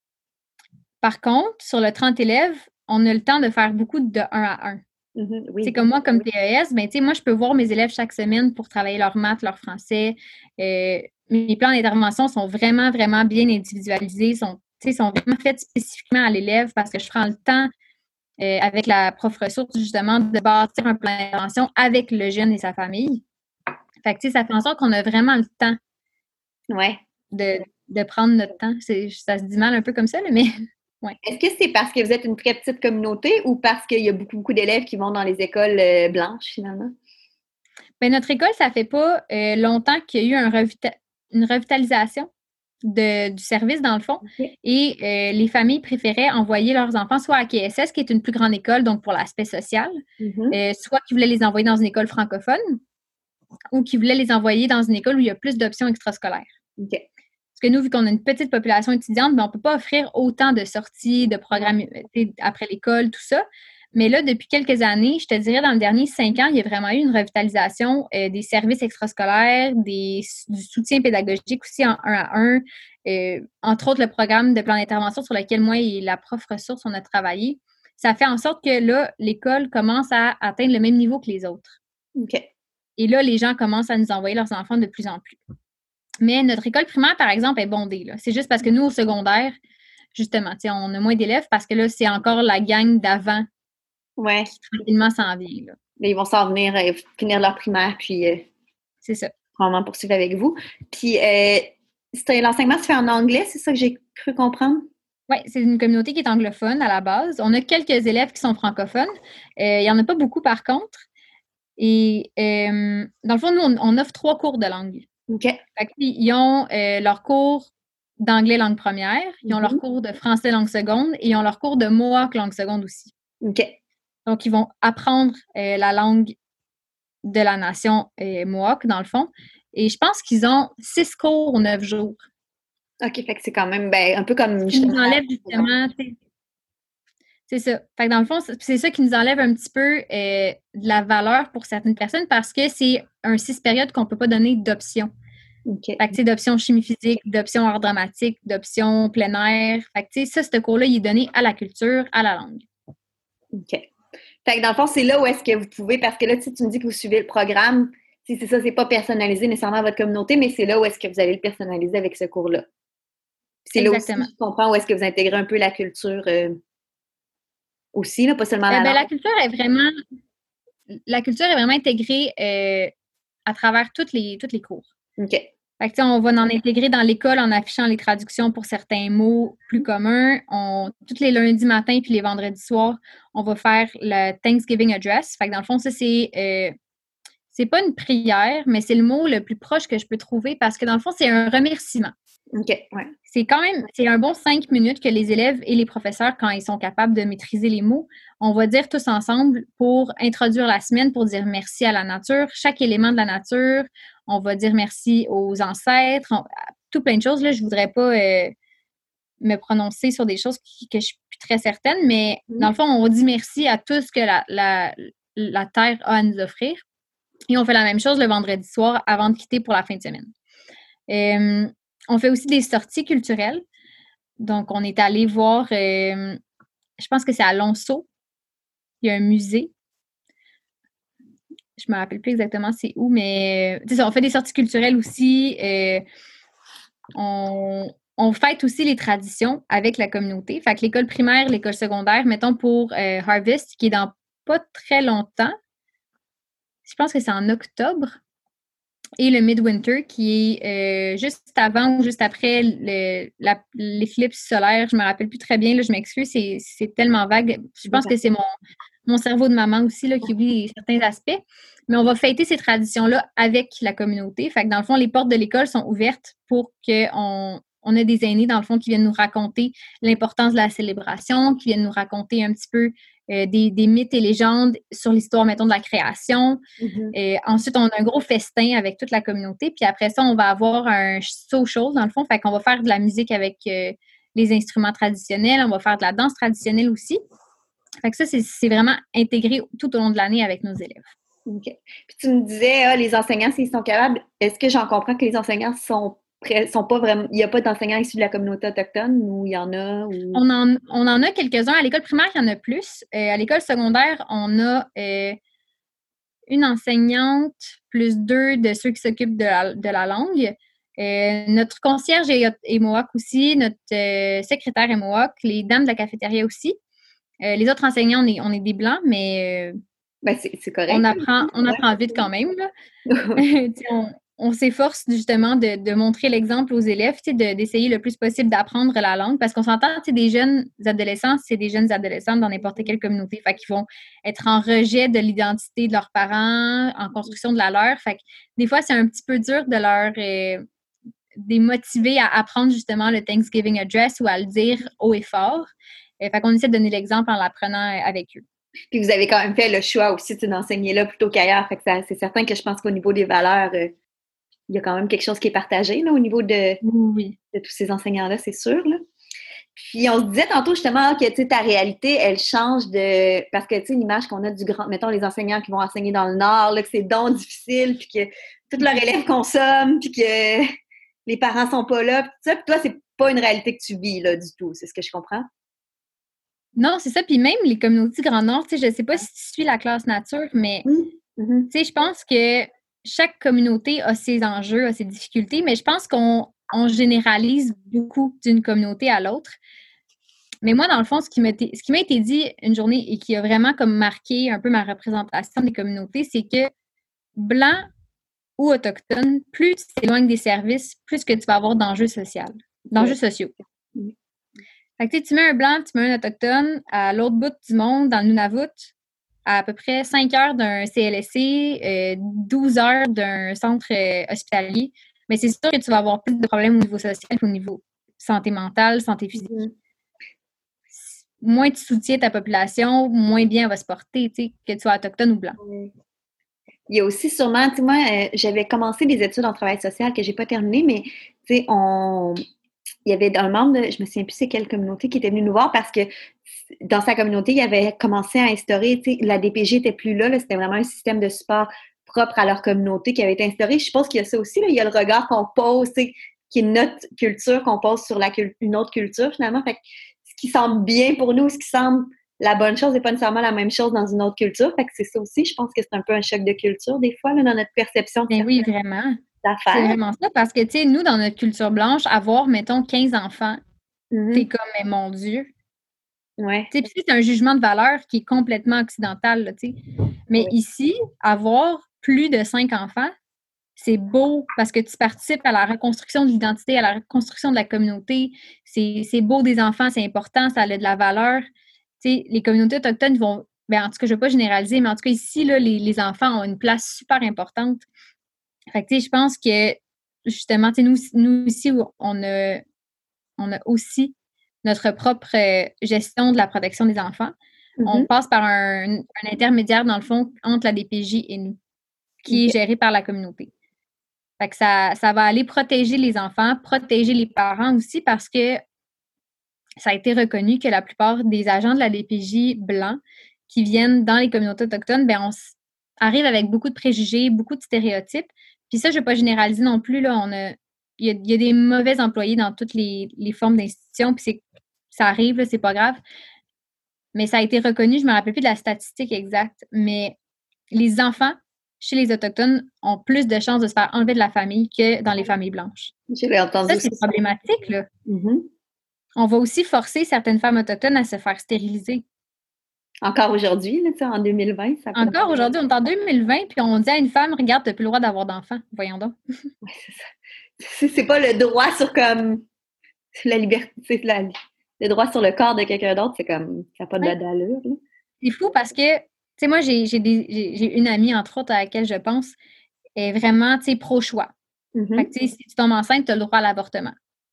Par contre, sur le trente élèves, on a le temps de faire beaucoup de un à un.
Mm-hmm, oui.
C'est comme moi, comme P E S, ben, moi, je peux voir mes élèves chaque semaine pour travailler leur maths, leur français. Euh, mes plans d'intervention sont vraiment, vraiment bien individualisés, sont, sont vraiment faits spécifiquement à l'élève parce que je prends le temps euh, avec la prof ressource, justement, de bâtir un plan d'intervention avec le jeune et sa famille. Fait que, ça fait en sorte qu'on a vraiment le temps
ouais.
de, de prendre notre temps. C'est, ça se dit mal un peu comme ça, là, mais ouais.
Est-ce que c'est parce que vous êtes une très petite communauté ou parce qu'il y a beaucoup, beaucoup d'élèves qui vont dans les écoles euh, blanches, finalement?
Bien, notre école, ça fait pas euh, longtemps qu'il y a eu un revita- une revitalisation de, du service, dans le fond.
Okay.
Et euh, les familles préféraient envoyer leurs enfants soit à K S S, qui est une plus grande école, donc pour l'aspect social,
mm-hmm.
euh, soit qu'ils voulaient les envoyer dans une école francophone ou qu'ils voulaient les envoyer dans une école où il y a plus d'options extrascolaires.
Okay.
Parce que nous, vu qu'on a une petite population étudiante, ben, on ne peut pas offrir autant de sorties, de programmes après l'école, tout ça. Mais là, depuis quelques années, je te dirais, dans les derniers cinq ans, il y a vraiment eu une revitalisation euh, des services extrascolaires, des, du soutien pédagogique aussi en un à un. Euh, entre autres, le programme de plan d'intervention sur lequel moi et la prof ressource, on a travaillé. Ça fait en sorte que là, l'école commence à atteindre le même niveau que les autres.
Okay.
Et là, les gens commencent à nous envoyer leurs enfants de plus en plus. Mais notre école primaire, par exemple, est bondée. Là. C'est juste parce que nous, au secondaire, justement, on a moins d'élèves parce que là, c'est encore la gang d'avant
ouais.
qui tranquillement s'en vient. Là.
Mais ils vont s'en venir, euh, finir leur primaire, puis euh,
c'est ça.
Probablement poursuivre avec vous. Puis, euh, l'enseignement se fait en anglais, c'est ça que j'ai cru comprendre?
Oui, c'est une communauté qui est anglophone à la base. On a quelques élèves qui sont francophones. Euh, il n'y en a pas beaucoup, par contre. Et euh, dans le fond, nous, on, on offre trois cours de langue.
OK.
Fait ils ont euh, leur cours d'anglais langue première, ils ont mm-hmm. leur cours de français langue seconde et ils ont leur cours de Mohawk langue seconde aussi.
OK.
Donc, ils vont apprendre euh, la langue de la nation euh, Mohawk, dans le fond. Et je pense qu'ils ont six cours ou neuf jours.
OK, fait que c'est quand même, ben, un peu comme
Qui nous
justement.
enlève justement, c'est ça. Fait que dans le fond, c'est ça qui nous enlève un petit peu euh, de la valeur pour certaines personnes parce que c'est un six périodes qu'on ne peut pas donner d'options.
OK.
Fait que, tu sais, d'options chimie physique, d'options art dramatique, d'options plein air. Fait que, tu sais, ça, ce cours-là, il est donné à la culture, à la langue.
OK. Fait que dans le fond, c'est là où est-ce que vous pouvez, parce que là, tu me dis que vous suivez le programme, si c'est ça, c'est pas personnalisé nécessairement à votre communauté, mais c'est là où est-ce que vous allez le personnaliser avec ce cours-là. C'est là aussi,
Exactement.
je comprends, où est-ce que vous intégrez un peu la culture euh, aussi, là, pas seulement la
Euh, ben,
langue.
la culture est vraiment, la culture est vraiment intégrée euh, à travers toutes les, toutes les cours.
OK.
Fait que, on va en intégrer dans l'école en affichant les traductions pour certains mots plus communs. On, tous les lundis matins puis les vendredis soirs, on va faire le Thanksgiving Address. Fait que dans le fond, ça, c'est euh, c'est pas une prière, mais c'est le mot le plus proche que je peux trouver parce que dans le fond, c'est un remerciement.
OK, ouais.
C'est quand même, c'est un bon cinq minutes que les élèves et les professeurs, quand ils sont capables de maîtriser les mots, on va dire tous ensemble pour introduire la semaine, pour dire merci à la nature, chaque élément de la nature. On va dire merci aux ancêtres, on, tout plein de choses. Là, je voudrais pas euh, me prononcer sur des choses qui, que je suis plus très certaine, mais mm-hmm. dans le fond, on dit merci à tout ce que la, la, la Terre a à nous offrir. Et on fait la même chose le vendredi soir avant de quitter pour la fin de semaine. Euh, on fait aussi des sorties culturelles. Donc, on est allé voir, euh, je pense que c'est à Lonceau. Il y a un musée. Je ne me rappelle plus exactement c'est où, mais euh, on fait des sorties culturelles aussi. Euh, on, on fête aussi les traditions avec la communauté. Fait que l'école primaire, l'école secondaire, mettons pour euh, Harvest, qui est dans pas très longtemps. Je pense que c'est en octobre. Et le Midwinter, qui est euh, juste avant ou juste après le, la, l'éclipse solaire. Je ne me rappelle plus très bien, là, je m'excuse, c'est, c'est tellement vague. Je pense que c'est mon, mon cerveau de maman aussi là, qui oublie certains aspects. Mais on va fêter ces traditions-là avec la communauté. Fait que dans le fond, les portes de l'école sont ouvertes pour qu'on on ait des aînés, dans le fond, qui viennent nous raconter l'importance de la célébration, qui viennent nous raconter un petit peu Euh, des, des mythes et légendes sur l'histoire, mettons, de la création. Mm-hmm. Et ensuite, on a un gros festin avec toute la communauté. Puis après ça, on va avoir un social, dans le fond. Fait qu'on va faire de la musique avec euh, les instruments traditionnels. On va faire de la danse traditionnelle aussi. Fait que ça, c'est, c'est vraiment intégré tout au long de l'année avec nos élèves.
OK. Puis tu me disais, ah, les enseignants, s'ils sont capables, est-ce que j'en comprends que les enseignants sont sont pas vraiment, il n'y a pas d'enseignants issus de la communauté autochtone ou il y en a? Ou...
On, en, on en a quelques-uns. À l'école primaire, il y en a plus. Euh, à l'école secondaire, on a euh, une enseignante plus deux de ceux qui s'occupent de la, de la langue. Euh, notre concierge est, est Mohawk aussi, notre euh, secrétaire est Mohawk, les dames de la cafétéria aussi. Euh, les autres enseignants, on est, on est des Blancs, mais euh,
ben, c'est, c'est correct.
On apprend, on apprend vite quand même. Là. on, on s'efforce justement de, de montrer l'exemple aux élèves, de, d'essayer le plus possible d'apprendre la langue parce qu'on s'entend, des jeunes adolescents, c'est des jeunes adolescents dans n'importe quelle communauté. Fait qu'ils vont être en rejet de l'identité de leurs parents, en construction de la leur. Fait que des fois, c'est un petit peu dur de leur euh, démotiver à apprendre justement le Thanksgiving Address ou à le dire haut et fort. Et fait qu'on essaie de donner l'exemple en l'apprenant avec eux.
Puis vous avez quand même fait le choix aussi d'enseigner là plutôt qu'ailleurs. Fait que ça, c'est certain que je pense qu'au niveau des valeurs, euh, il y a quand même quelque chose qui est partagé là, au niveau de,
oui.
de tous ces enseignants-là, c'est sûr. Là. Puis on se disait tantôt justement que ta réalité, elle change de. Parce que tu sais, l'image qu'on a du grand. Mettons les enseignants qui vont enseigner dans le Nord, là, que c'est donc difficile, puis que tous leurs élèves consomment, puis que les parents sont pas là, puis tout ça. Puis toi, c'est pas une réalité que tu vis là, du tout. C'est ce que je comprends?
Non, c'est ça. Puis même les communautés Grand Nord, tu sais, je sais pas si tu suis la classe nature, mais mm-hmm. tu sais, je pense que chaque communauté a ses enjeux, a ses difficultés, mais je pense qu'on on généralise beaucoup d'une communauté à l'autre. Mais moi, dans le fond, ce qui, m'a t- ce qui m'a été dit une journée et qui a vraiment comme marqué un peu ma représentation des communautés, c'est que blanc ou autochtone, plus tu t'éloignes des services, plus que tu vas avoir d'enjeux sociaux, d'enjeux ouais. sociaux. Mm-hmm. Fait que tu mets un blanc, tu mets un autochtone à l'autre bout du monde, dans le Nunavut, à à peu près cinq heures d'un C L S C, euh, douze heures d'un centre euh, hospitalier. Mais c'est sûr que tu vas avoir plus de problèmes au niveau social qu'au niveau santé mentale, santé physique. Mm-hmm. Moins tu soutiens ta population, moins bien elle va se porter, tu sais, que tu sois autochtone ou blanc.
Mm-hmm. Il y a aussi sûrement, tu sais, moi, euh, j'avais commencé des études en travail social que j'ai pas terminé, mais tu sais, on... il y avait un membre, de, je me souviens plus c'est quelle communauté, qui était venu nous voir parce que dans sa communauté, il avait commencé à instaurer, tu sais, la D P J n'était plus là, là, c'était vraiment un système de support propre à leur communauté qui avait été instauré. Je pense qu'il y a ça aussi, là, il y a le regard qu'on pose, tu sais, qui est notre culture, qu'on pose sur la, une autre culture, finalement. Fait que ce qui semble bien pour nous, ce qui semble la bonne chose n'est pas nécessairement la même chose dans une autre culture. Fait que c'est ça aussi, je pense que c'est un peu un choc de culture, des fois, là, dans notre perception de
Ben oui, vraiment.
d'affaires.
C'est vraiment ça, parce que, tu sais, nous, dans notre culture blanche, avoir, mettons, quinze enfants,
mm-hmm.
t'es comme, mais mon Dieu.
Ouais.
Tu sais, c'est un jugement de valeur qui est complètement occidental, là, tu sais. Mais
oui.
ici, avoir plus de cinq enfants, c'est beau parce que tu participes à la reconstruction de l'identité, à la reconstruction de la communauté. C'est, c'est beau des enfants, c'est important, ça a de la valeur. Tu sais, les communautés autochtones vont... Ben, en tout cas, je ne vais pas généraliser, mais en tout cas, ici, là, les, les enfants ont une place super importante. Fait que, tu sais, je pense que, justement, tu sais, nous, nous ici, on a, on a aussi notre propre gestion de la protection des enfants. Mm-hmm. On passe par un, un intermédiaire, dans le fond, entre la D P J et nous, qui okay. est géré par la communauté. Fait que ça, ça va aller protéger les enfants, protéger les parents aussi, parce que ça a été reconnu que la plupart des agents de la D P J blancs qui viennent dans les communautés autochtones, ben on arrive avec beaucoup de préjugés, beaucoup de stéréotypes. Puis ça, je ne vais pas généraliser non plus. Là, on a, il, y a, il y a des mauvais employés dans toutes les, les formes d'institutions, puis c'est, ça arrive, là, c'est pas grave. Mais ça a été reconnu, je ne me rappelle plus de la statistique exacte, mais les enfants chez les Autochtones ont plus de chances de se faire enlever de la famille que dans les familles blanches.
J'ai entendu
ça, c'est ça. Problématique, là.
Mm-hmm.
On va aussi forcer certaines femmes autochtones à se faire stériliser.
Encore aujourd'hui, là, en deux mille vingt. Ça
Encore aujourd'hui, on est en deux mille vingt, puis on dit à une femme, regarde, tu n'as plus le droit d'avoir d'enfants. Voyons donc.
Oui, c'est ça. C'est, c'est pas le droit sur comme la liberté, c'est la, le droit sur le corps de quelqu'un d'autre, c'est comme, ça n'a pas de
ouais.
d'allure. Là.
C'est fou parce que, tu sais, moi, j'ai, j'ai, des, j'ai, j'ai une amie, entre autres, à laquelle je pense, est vraiment, tu sais, pro-choix. Mm-hmm. Fait que, tu sais, si tu tombes enceinte, tu as le droit à l'avortement.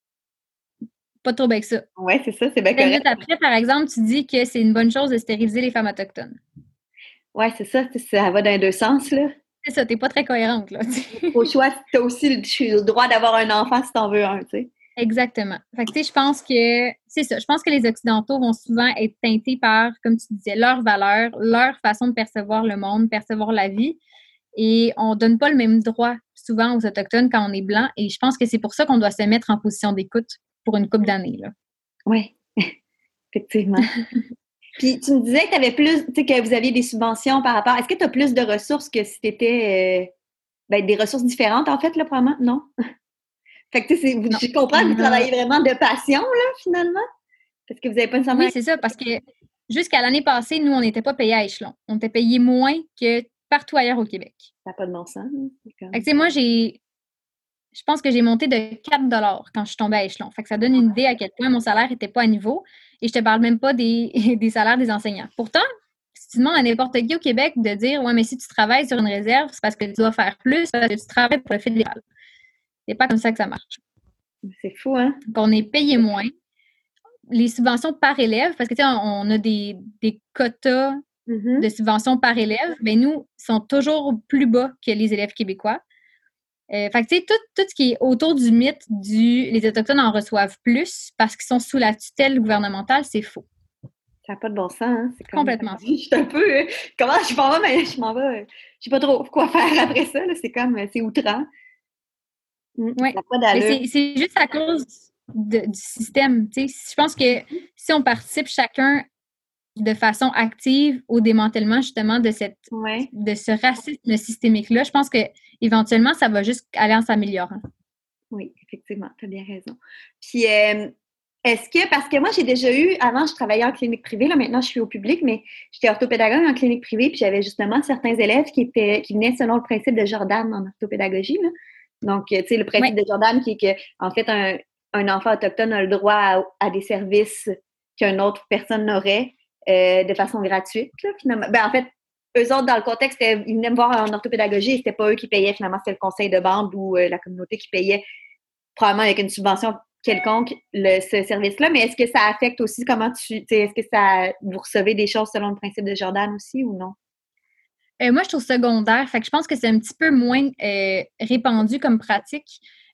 Pas trop avec ça.
Oui, c'est ça, c'est bien correct.
Minutes après, par exemple, tu dis que c'est une bonne chose de stériliser les femmes autochtones.
Oui, c'est ça, ça va dans les deux sens, là.
C'est ça, t'es pas très cohérente, là.
Au choix, t'as aussi le, le droit d'avoir un enfant si t'en veux un, tu sais.
Exactement. Fait que, tu sais, je pense que, c'est ça, je pense que les Occidentaux vont souvent être teintés par, comme tu disais, leurs valeurs, leur façon de percevoir le monde, percevoir la vie. Et on donne pas le même droit souvent aux Autochtones quand on est blanc. Et je pense que c'est pour ça qu'on doit se mettre en position d'écoute pour une couple d'années, là.
Oui, effectivement. Puis tu me disais que tu avais plus, tu sais, que vous aviez des subventions par rapport. Est-ce que tu as plus de ressources que si tu étais euh, ben, des ressources différentes, en fait, là, probablement? Non? Fait que tu sais, je comprends que vous travaillez vraiment de passion, là, finalement. Parce que vous n'avez pas nécessairement.
Oui, c'est ça, parce que jusqu'à l'année passée, nous, on n'était pas payés à échelon. On était payés moins que partout ailleurs au Québec.
Ça n'a pas de bon sens. Hein?
Fait que tu sais, moi, j'ai. Je pense que j'ai monté de quatre dollars quand je suis tombée à échelon. Fait que ça donne une idée à quel point mon salaire n'était pas à niveau. Et je te parle même pas des, des salaires des enseignants. Pourtant, si tu demandes à n'importe qui au Québec de dire « Ouais, mais si tu travailles sur une réserve, c'est parce que tu dois faire plus, parce que tu travailles pour le fédéral. » C'est pas comme ça que ça marche.
C'est fou, hein?
Donc, on est payé moins. Les subventions par élève, parce que tu sais, on a des, des quotas mm-hmm. de subventions par élève, mais nous, sont toujours plus bas que les élèves québécois. Euh, fait que, tu sais, tout, tout ce qui est autour du mythe du les Autochtones en reçoivent plus parce qu'ils sont sous la tutelle gouvernementale, c'est faux.
Ça n'a pas de bon sens, hein? C'est comme...
Complètement faux.
Je suis un peu... Euh, comment je m'en vais, mais je m'en vais... Je sais pas trop quoi faire après ça, là. C'est comme... C'est outrant.
Mmh, oui, c'est, c'est juste à cause de, du système, tu sais. Je pense que si on participe chacun de façon active au démantèlement justement de cette
ouais.
de ce racisme systémique-là, je pense que éventuellement ça va juste aller en s'améliorant.
Oui, effectivement, tu as bien raison. Puis, euh, est-ce que, parce que moi, j'ai déjà eu, avant, je travaillais en clinique privée, là, maintenant, je suis au public, mais j'étais orthopédagogue en clinique privée, puis j'avais justement certains élèves qui étaient qui venaient selon le principe de Jordan en orthopédagogie, là. Donc, tu sais, le principe oui. de Jordan qui est que, en fait, un, un enfant autochtone a le droit à, à des services qu'une autre personne n'aurait. Euh, de façon gratuite, là, finalement. Ben, en fait, eux autres, dans le contexte, ils venaient me voir en orthopédagogie et c'était pas eux qui payaient, finalement, c'était le conseil de bande ou euh, la communauté qui payait, probablement avec une subvention quelconque, le, ce service-là. Mais est-ce que ça affecte aussi comment tu... Est-ce que ça vous recevez des choses selon le principe de Jordan aussi ou non?
Euh, moi, je trouve secondaire. Fait que je pense que c'est un petit peu moins euh, répandu comme pratique.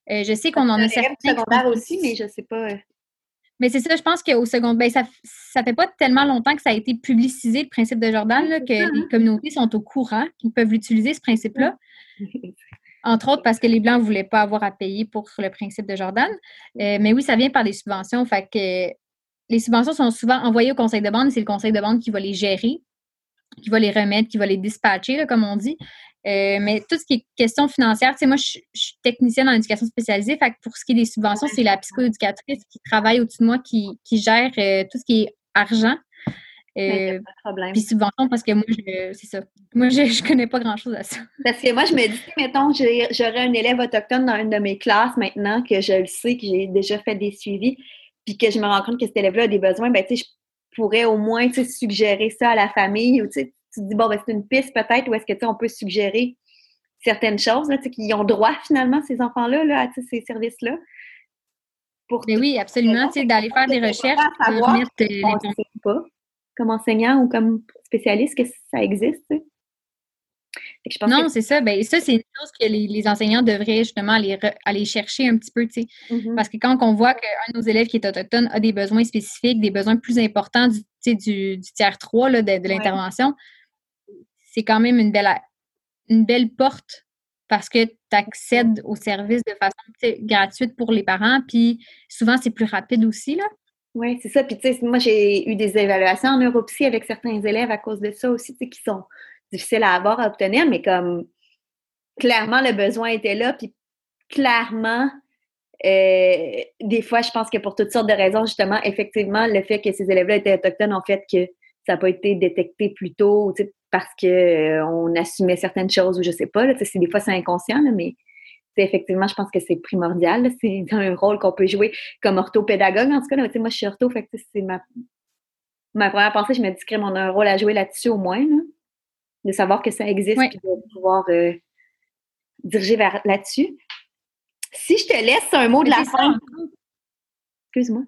Euh, je sais qu'on en a certains.
Secondaire aussi, mais je sais pas.
Mais c'est ça, je pense qu'au secondaire, ben ça, ça fait pas tellement longtemps que ça a été publicisé, le principe de Jordan, là, que les communautés sont au courant, qu'ils peuvent utiliser ce principe-là. Entre autres parce que les Blancs ne voulaient pas avoir à payer pour le principe de Jordan. Euh, mais oui, ça vient par des subventions. Fait que les subventions sont souvent envoyées au conseil de bande. C'est le conseil de bande qui va les gérer, qui va les remettre, qui va les dispatcher, là, comme on dit. Euh, mais tout ce qui est question financière, tu sais, moi, je, je suis technicienne en éducation spécialisée. Fait que pour ce qui est des subventions, c'est la psychoéducatrice qui travaille au-dessus de moi qui, qui gère euh, tout ce qui est argent. Euh, pas de problème. Puis subvention, parce que moi, je, c'est ça. Moi, je, je connais pas grand-chose à ça.
Parce que moi, je me dis, mettons, j'aurais un élève autochtone dans une de mes classes maintenant, que je le sais, que j'ai déjà fait des suivis, puis que je me rends compte que cet élève-là a des besoins, ben tu sais, je pourrais au moins, tu sais, suggérer ça à la famille, ou tu sais, tu te dis, bon, ben c'est une piste peut-être, ou est-ce que, tu sais, on peut suggérer certaines choses, là, tu sais, qui ont droit, finalement, ces enfants-là, là, à ces services-là.
Pour Mais oui, absolument, tu sais, d'aller faire des recherches,
de remettre les on ne sait pas, comme enseignant ou comme spécialiste, que ça existe, tu sais.
Je pense non, que... c'est ça. Ben, ça, c'est une chose que les, les enseignants devraient justement aller, re, aller chercher un petit peu, tu sais. Mm-hmm. Parce que quand on voit qu'un de nos élèves qui est autochtone a des besoins spécifiques, des besoins plus importants du, du, du tiers trois là, de, de l'intervention, ouais. C'est quand même une belle, une belle porte parce que tu accèdes aux services de façon gratuite pour les parents. Puis souvent, c'est plus rapide aussi, là.
Oui, c'est ça. Puis, tu sais, moi, j'ai eu des évaluations en neuropsy avec certains élèves à cause de ça aussi, tu sais, qui sont difficiles à avoir, à obtenir, mais comme clairement, le besoin était là, puis clairement, euh, des fois, je pense que pour toutes sortes de raisons, justement, effectivement, le fait que ces élèves-là étaient autochtones, en fait, que ça n'a pas été détecté plus tôt, tu sais, parce qu'on euh, assumait certaines choses, ou je sais pas, là, tu sais, des fois, c'est inconscient, là, mais effectivement, je pense que c'est primordial, là, c'est un rôle qu'on peut jouer comme orthopédagogue, en tout cas, là, tu sais, moi, je suis ortho, fait que c'est ma, ma première pensée, je me dis qu'on a un rôle à jouer là-dessus au moins, là. De savoir que ça existe, oui. Puis de pouvoir euh, diriger vers là-dessus. Si je te laisse un mot de la fin. Excuse-moi.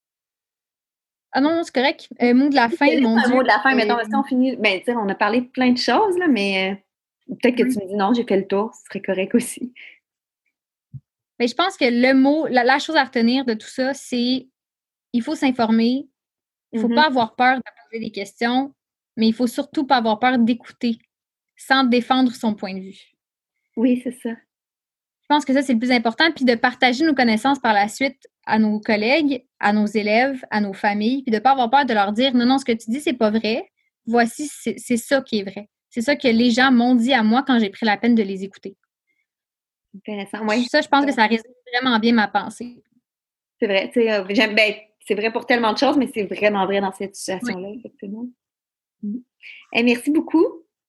Ah non, c'est correct. Un mot de la fin, mon
Un
Dieu.
mot de la fin, mettons, si on finit. Ben, tu sais, on a parlé de plein de choses, là, mais euh, peut-être que oui. Tu me dis non, j'ai fait le tour, ce serait correct aussi.
Ben, je pense que le mot, la, la chose à retenir de tout ça, c'est il faut s'informer, il ne faut mm-hmm. pas avoir peur de poser des questions, mais il ne faut surtout pas avoir peur d'écouter sans défendre son point de vue.
Oui, c'est ça.
Je pense que ça, c'est le plus important, puis de partager nos connaissances par la suite à nos collègues, à nos élèves, à nos familles, puis de ne pas avoir peur de leur dire « Non, non, ce que tu dis, c'est pas vrai. Voici, c'est, c'est ça qui est vrai. » C'est ça que les gens m'ont dit à moi quand j'ai pris la peine de les écouter.
Intéressant, oui.
Ça, je pense que ça résume vraiment bien ma pensée.
C'est vrai, tu sais, euh, j'aime, ben, c'est vrai pour tellement de choses, mais c'est vraiment vrai dans cette situation-là, oui. Effectivement. Mm-hmm. Et merci beaucoup.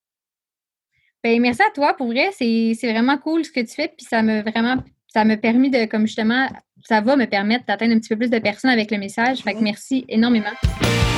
Ben, merci à toi, pour vrai, c'est, c'est vraiment cool ce que tu fais, puis ça m'a vraiment, ça m'a permis de, comme justement, ça va me permettre d'atteindre un petit peu plus de personnes avec le message, fait que merci énormément.